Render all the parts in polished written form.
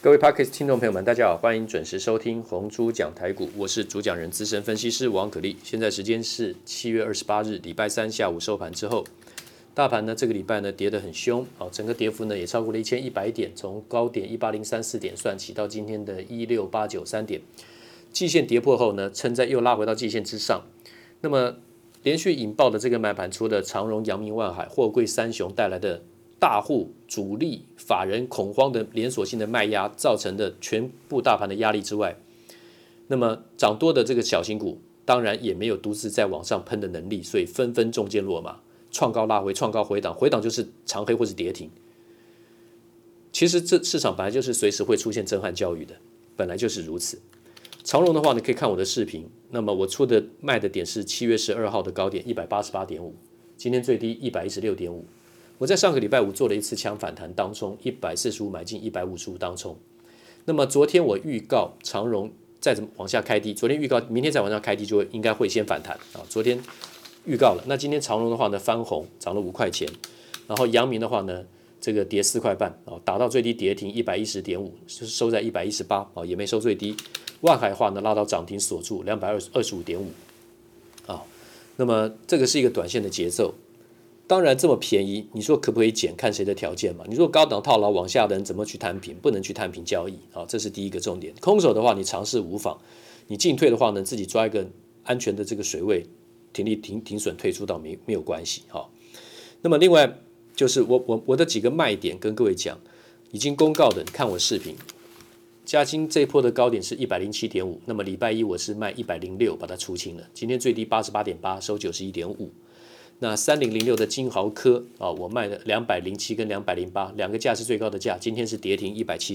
各位 Podcast 听众朋友们，大家好，欢迎准时收听红猪讲台股，我是主讲人资深分析师王可立。现在时间是7月28日，礼拜三下午收盘之后，大盘呢这个礼拜呢跌得很凶，整个跌幅呢也超过了1100点，从高点18034点算起到今天的16893点，季线跌破后呢，撑在又拉回到季线之上。那么连续引爆的这个买盘，除了长荣、阳明、万海、货柜三雄带来的大户、主力、法人恐慌的连锁性的卖压造成的全部大盘的压力之外，那么涨多的这个小型股当然也没有独自在往上喷的能力，所以纷纷中间落马，创高拉回，创高回档，回档就是长黑或是跌停。其实这市场本来就是随时会出现震撼教育的，本来就是如此。长荣的话呢，可以看我的视频，那么我出的卖的点是7月12号的高点 188.5， 今天最低 116.5。我在上个礼拜五做了一次强反弹当冲，145买进155当冲。那么昨天我预告长荣再怎么往下开低，昨天预告明天再往上开低就应该会先反弹啊。昨天预告了，那今天长荣的话呢翻红，涨了5块钱，然后阳明的话呢这个跌4块半啊，打到最低跌停110.5，收在118啊，也没收最低。万海的话呢拉到涨停锁住225.5啊，那么这个是一个短线的节奏。当然这么便宜，你说可不可以减？看谁的条件嘛。你说高档套牢往下的人怎么去摊平？不能去摊平交易啊，这是第一个重点。空手的话，你尝试无妨；你进退的话呢，自己抓一个安全的这个水位，停损退出到没有关系哈。那么另外就是我的几个卖点跟各位讲，已经公告的，你看我视频。嘉金这一波的高点是107.5，那么礼拜一我是卖106，把它出清了。今天最低88.8，收91.5。那3006的金豪科啊，我卖了207跟208，两个价是最高的价，今天是跌停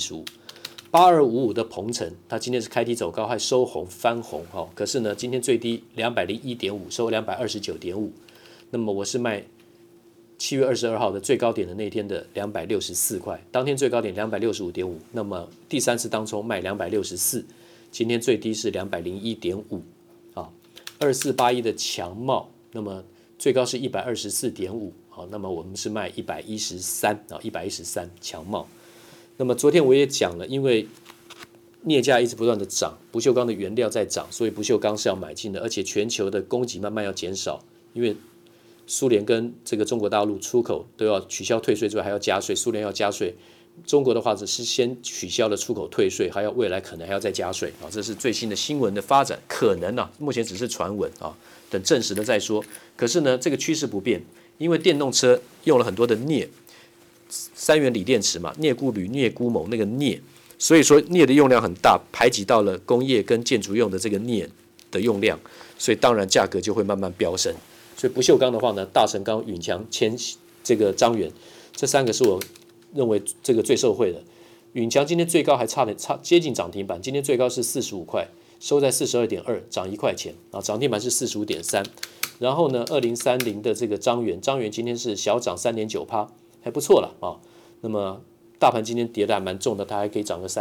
175。8255的鹏程，它今天是开低走高，还收红翻红哈，可是呢，今天最低201.5，收229.5。那么我是卖7月22号的最高点的那天的264块，当天最高点265.5，那么第三次当冲卖264，今天最低是201.5啊。2481的强茂，那么最高是124.5，好，那么我们是卖113啊，113强茂。那么昨天我也讲了，因为镍价一直不断的涨，不锈钢的原料在涨，所以不锈钢是要买进的，而且全球的供给慢慢要减少，因为苏联跟这个中国大陆出口都要取消退税之外还要加税，苏联要加税，中国的话只是先取消了出口退税，还要未来可能还要再加税啊，这是最新的新闻的发展，可能啊，目前只是传闻啊，等证实了再说。可是呢，这个趋势不变，因为电动车用了很多的镍，3元锂电池嘛，镍钴铝、镍钴锰那个镍，所以说镍的用量很大，排挤到了工业跟建筑用的这个镍的用量，所以当然价格就会慢慢飙升。所以不锈钢的话呢，大成钢、允强、这个彰源，这3个是我认为这个最受惠的。允强今天最高还差接近涨停板，今天最高是45块，收在42.2，涨1块钱啊，涨停板是45.3。然后呢，2030的这个彰源今天是小涨3.9%，还不错了啊。那么大盘今天跌得还蛮重的，它还可以涨个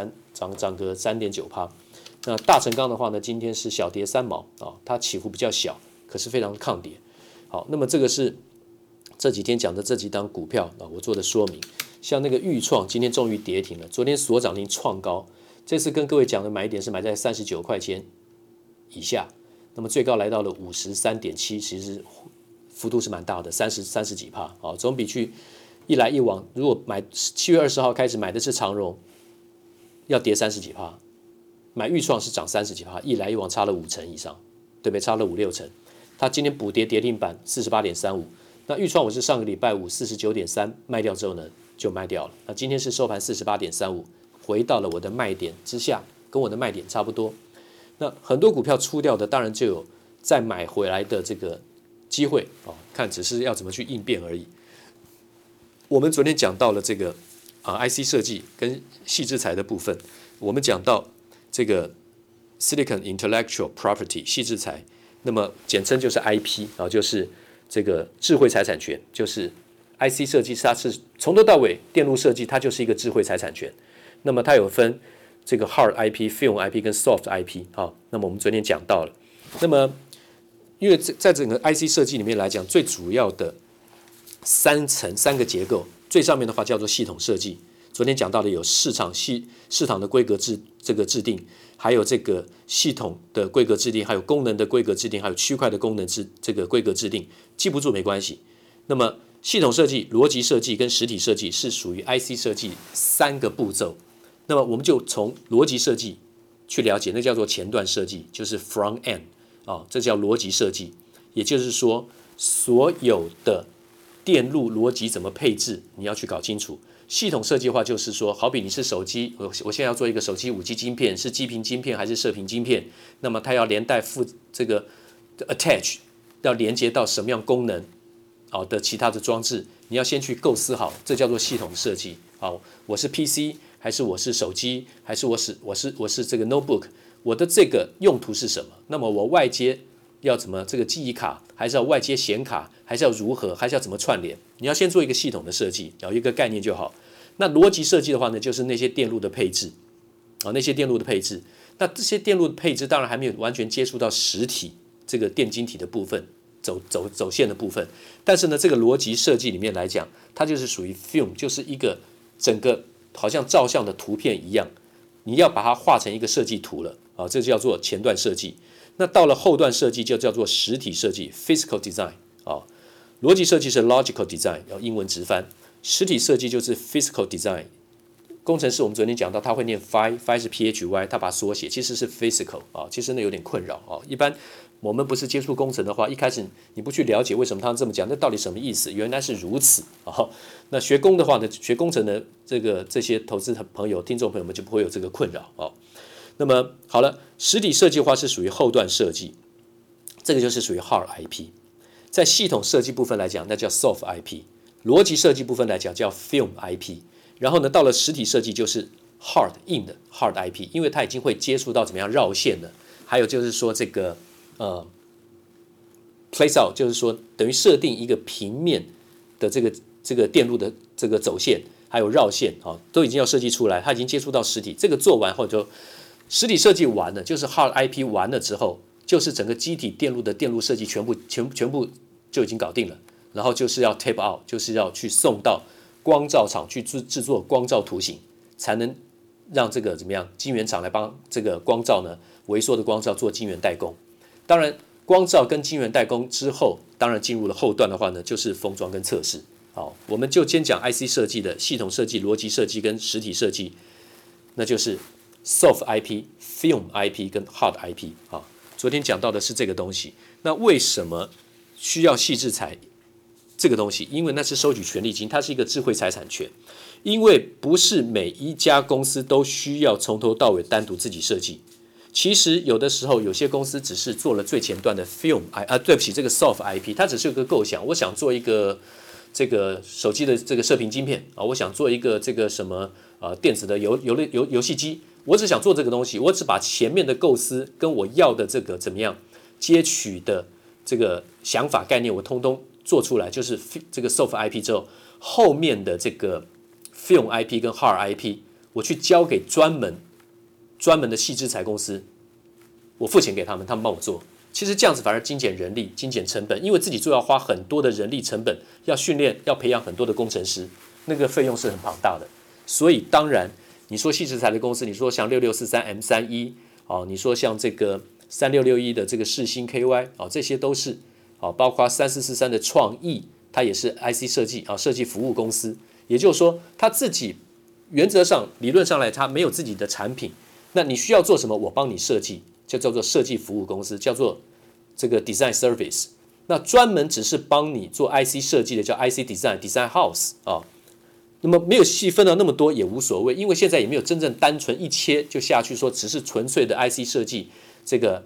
3.9%。那大成钢的话呢，今天是小跌3毛啊，它起伏比较小，可是非常抗跌。好，那么这个是这几天讲的这几档股票啊，我做的说明。像那个裕创今天终于跌停了，昨天所涨停创高，这次跟各位讲的买点是买在39块钱以下，那么最高来到了53.7，其实幅度是蛮大的，30几%啊，总比去一来一往，如果买7月20号开始买的是长荣，要跌30几%，买裕创是涨30几%，一来一往差了5成以上，对不对？差了5-6成。它今天补跌停板48.35，那裕创我是上个礼拜五49.3卖掉之后呢就卖掉了，那今天是收盘48.35，回到了我的卖点之下，跟我的卖点差不多。那很多股票出掉的，当然就有再买回来的这个机会啊，看只是要怎么去应变而已。我们昨天讲到了这个IC 设计跟矽智财的部分，我们讲到这个 Silicon Intellectual Property 矽智财。那么简称就是 IP 啊，就是这个智慧财产权，就是 IC 设计，它是从头到尾电路设计，它就是一个智慧财产权。那么它有分这个 Hard IP、Film IP 跟 Soft IP 啊。那么我们昨天讲到了，那么因为在整个 IC 设计里面来讲，最主要的3个结构，最上面的话叫做系统设计， 昨天讲到的有市场的规格制定，还有这个系统的规格制定，还有功能的规格制定，还有区块的功能规格制定，记不住没关系。那么系统设计、逻辑设计跟实体设计是属于 IC 设计3个步骤。那么我们就从逻辑设计去了解，那叫做前段设计，就是 front end 这叫逻辑设计。也就是说，所有的电路逻辑怎么配置，你要去搞清楚。系统设计的话，就是说，好比你是手机，我现在要做一个手机5G 晶片，是基频晶片还是射频晶片？那么它要连带这个 attach， 要连接到什么样功能的其他的装置，你要先去构思好，这叫做系统设计。我是 PC 还是我是手机，还是我是这个 notebook， 我的这个用途是什么？那么我外接要怎么这个记忆卡，还是要外接显卡，还是要如何，还是要怎么串联？你要先做一个系统的设计，有一个概念就好。那逻辑设计的话呢，就是那些电路的配置，那些电路的配置。那这些电路的配置当然还没有完全接触到实体这个电晶体的部分，走线的部分。但是呢，这个逻辑设计里面来讲，它就是属于 film， 就是一个整个好像照相的图片一样，你要把它画成一个设计图了这就叫做前段设计。那到了后段设计就叫做实体设计 （physical design） 逻辑设计是 logical design， 要英文直翻。实体设计就是 physical design。工程师我们昨天讲到，他会念 phi 是 phy， 他把它缩写，其实是 physical 其实呢有点困扰一般我们不是接触工程的话，一开始你不去了解为什么他这么讲，那到底什么意思？原来是如此那学工的话呢，学工程的这些投资朋友、听众朋友们就不会有这个困扰那么好了，实体设计的话是属于后段设计，这个就是属于 hard IP。在系统设计部分来讲，那叫 soft IP。逻辑设计部分来讲叫 film IP， 然后呢，到了实体设计就是 hard 硬的 hard IP， 因为它已经会接触到怎么样绕线了。还有就是说这个place out， 就是说等于设定一个平面的这个电路的这个走线，还有绕线都已经要设计出来，它已经接触到实体。这个做完后就实体设计完了，就是 hard IP 完了之后，就是整个机体电路的电路设计全部就已经搞定了。然后就是要 tape out， 就是要去送到光照厂去制作光照图形，才能让这个怎么样晶圆厂来帮这个光照呢微缩的光照做晶圆代工。当然，光照跟晶圆代工之后，当然进入了后段的话呢，就是封装跟测试。好，我们就先讲 IC 设计的系统设计、逻辑设计跟实体设计，那就是 soft IP、film IP 跟 hard IP 昨天讲到的是这个东西。那为什么需要细制裁这个东西？因为那是收取权利金，它是一个智慧财产权。因为不是每一家公司都需要从头到尾单独自己设计。其实有的时候，有些公司只是做了最前端的 film 对不起，这个 soft IP， 它只是有个构想，我想做一个这个手机的这个射频晶片我想做一个这个什么电子的游戏机，我只想做这个东西，我只把前面的构思跟我要的这个怎么样接取的这个想法概念，我通通做出来，就是这个 soft IP 之后，后面的这个 film IP 跟 hard IP， 我去交给专门的细制裁公司，我付钱给他们，他们帮我做。其实这样子反而精简人力、精简成本，因为自己做要花很多的人力成本，要训练、要培养很多的工程师，那个费用是很庞大的。所以当然，你说细制裁的公司，你说像6643 M31你说像这个3661的这个世芯 KY 这些都是包括3443的创意，它也是 IC 设计设计服务公司。也就是说，他自己原则上、理论上来，他没有自己的产品。那你需要做什么？我帮你设计，就叫做设计服务公司，叫做这个 design service。那专门只是帮你做 IC 设计的叫 IC design house 那么没有细分到那么多也无所谓，因为现在也没有真正单纯一切就下去说只是纯粹的 IC 设计，这个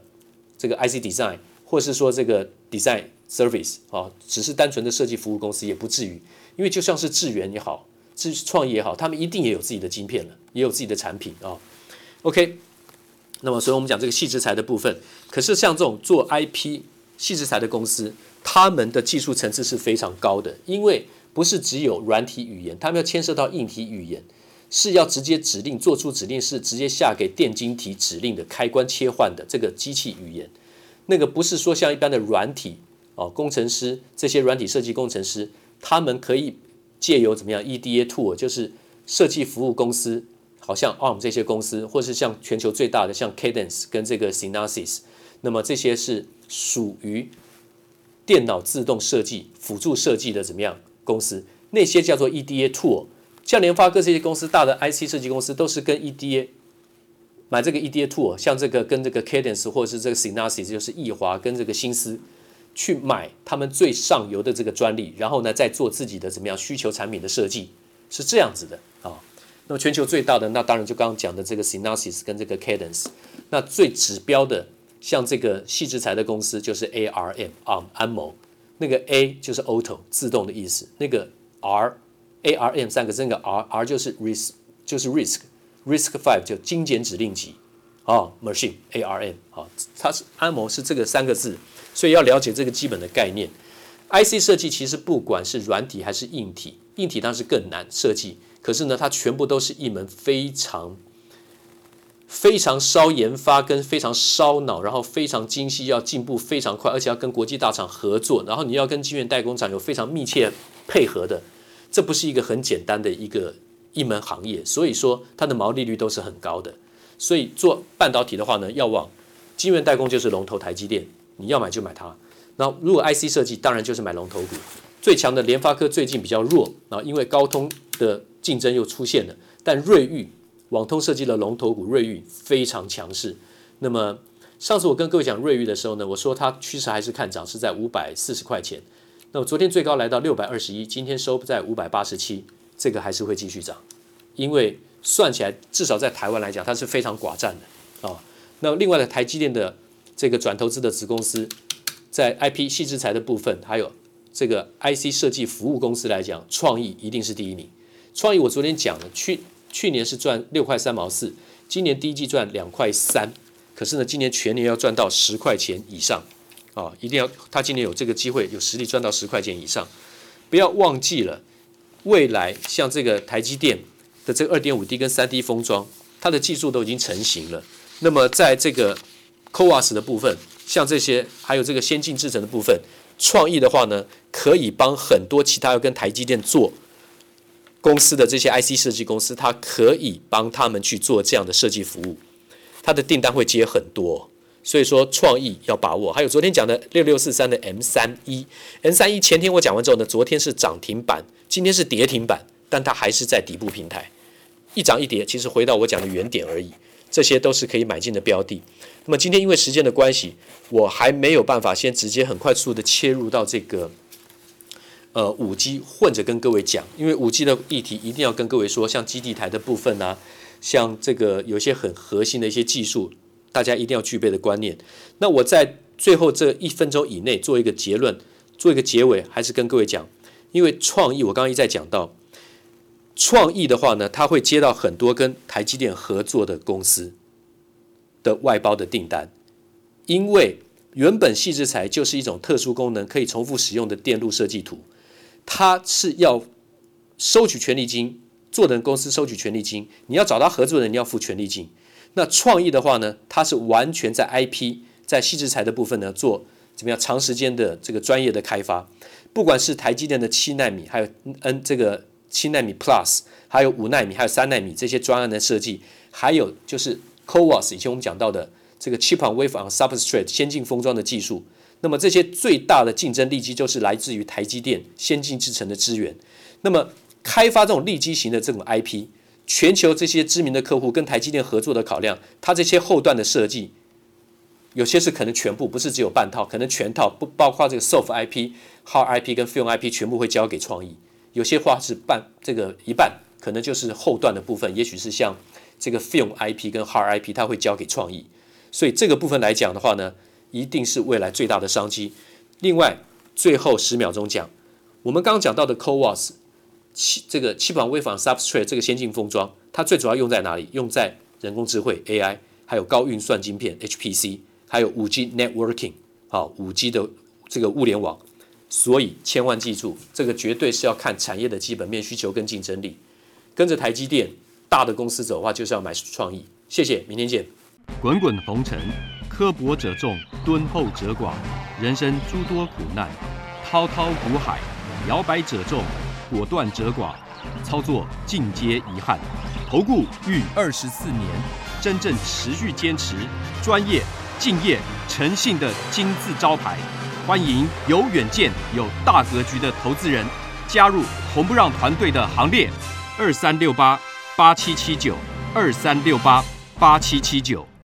IC design， 或是说这个 design service 只是单纯的设计服务公司也不至于，因为就像是智原也好，创意也好，他们一定也有自己的晶片了，也有自己的产品OK， 那么所以我们讲这个细制裁的部分，可是像这种做 IP 细制裁的公司，他们的技术层次是非常高的，因为不是只有软体语言，他们要牵涉到硬体语言，是要直接指令做出指令，是直接下给电晶体指令的开关切换的这个机器语言，那个不是说像一般的软体工程师，这些软体设计工程师，他们可以借由怎么样 EDA tool， 就是设计服务公司，好像 ARM 这些公司，或是像全球最大的像 Cadence 跟这个 Synopsys， 那么这些是属于电脑自动设计、辅助设计的怎么样公司？那些叫做 EDA tool， 像联发科这些公司，大的 IC 设计公司都是跟 EDA 买这个 EDA tool， 像这个跟这个 Cadence 或者是这个 Synopsys， 就是易华跟这个新思去买他们最上游的这个专利，然后呢再做自己的怎么样需求产品的设计，是这样子的啊。那么全球最大的，那当然就刚刚讲的这个 Synopsys 跟这个 Cadence， 那最指标的。像这个矽智财的公司就是 ARM 安谋，那个 A 就是 auto 自动的意思，那个 ARM 三个字，那个 R 就是 risk risk 5就精简指令集machine ARM 它是安谋是这个三个字，所以要了解这个基本的概念。IC 设计其实不管是软体还是硬体，硬体当然是更难设计，可是呢，它全部都是一门非常烧研发跟非常烧脑，然后非常精细，要进步非常快，而且要跟国际大厂合作，然后你要跟晶圆代工厂有非常密切配合的，这不是一个很简单的一门行业，所以说它的毛利率都是很高的。所以做半导体的话呢，要往晶圆代工就是龙头台积电，你要买就买它。然后如果 IC 设计，当然就是买龙头股。最强的联发科最近比较弱，然后因为高通的竞争又出现了，但瑞昱网通设计的龙头股瑞昱非常强势。那么上次我跟各位讲瑞昱的时候呢，我说它趋势还是看涨，是在540块钱。那么昨天最高来到621，今天收在587，这个还是会继续涨，因为算起来至少在台湾来讲，它是非常寡占的啊。那另外的台积电的这个转投资的子公司，在 IP 矽智财的部分，还有这个 IC 设计服务公司来讲，创意一定是第一名。创意我昨天讲了，去年是赚6块3毛4，今年第一季赚2块3，可是呢，今年全年要赚到10块钱以上啊！一定要，他今年有这个机会，有实力赚到10块钱以上。不要忘记了，未来像这个台积电的这个 2.5D 跟 3D 封装，它的技术都已经成型了。那么在这个 CoWoS 的部分，像这些还有这个先进制程的部分，创意的话呢，可以帮很多其他要跟台积电做公司的这些 IC 设计公司，它可以帮他们去做这样的设计服务，它的订单会接很多，所以说创意要把握。还有昨天讲的6643的 M31 前天我讲完之后呢，昨天是涨停板，今天是跌停板，但它还是在底部平台，一涨一跌，其实回到我讲的原点而已，这些都是可以买进的标的。那么今天因为时间的关系，我还没有办法先直接很快速的切入到这个5G 混着跟各位讲，因为 5G 的议题一定要跟各位说，像基地台的部分啊，像这个有些很核心的一些技术，大家一定要具备的观念。那我在最后这1分钟以内做一个结论，做一个结尾，还是跟各位讲，因为创意我刚刚一再讲到，创意的话呢，它会接到很多跟台积电合作的公司的外包的订单，因为原本矽智财就是一种特殊功能可以重复使用的电路设计图。它是要收取权利金，做的公司收取权利金，你要找到合作人，你要付权利金。那创意的话呢，它是完全在 IP 在矽智财的部分呢做怎么样长时间的这个专业的开发，不管是台积电的7奈米，还有这个7奈米 Plus， 还有5奈米，还有3奈米这些专案的设计，还有就是 CoWoS 以前我们讲到的这个 Chip on Wafer on Substrate 先进封装的技术。那么这些最大的竞争利基就是来自于台积电先进制程的资源。那么开发这种利基型的这种 IP， 全球这些知名的客户跟台积电合作的考量，它这些后段的设计，有些是可能全部，不是只有半套，可能全套，不包括这个 Soft IP、Hard IP 跟 Film IP 全部会交给创意。有些话是这个一半，可能就是后段的部分，也许是像这个 Film IP 跟 Hard IP， 它会交给创意。所以这个部分来讲的话呢，一定是未来最大的商机。另外，最后10秒钟讲，我们刚刚讲到的 CoWoS， 这个Chip on Wafer on Substrate 这个先进封装，它最主要用在哪里？用在人工智慧 AI， 还有高运算晶片 HPC， 还有 5G Networking， 5G 的这个物联网。所以千万记住，这个绝对是要看产业的基本面需求跟竞争力。跟着台积电大的公司走的话，就是要买创意。谢谢，明天见。 滚滚红尘，刻薄者众，敦厚者寡。人生诸多苦难，滔滔苦海，摇摆者众，果断者寡。 操作尽皆遗憾。投顾逾24年，真正持续坚持、专业、敬业、诚信的金字招牌。欢迎有远见、有大格局的投资人加入红不让团队的行列。23688779，23688779。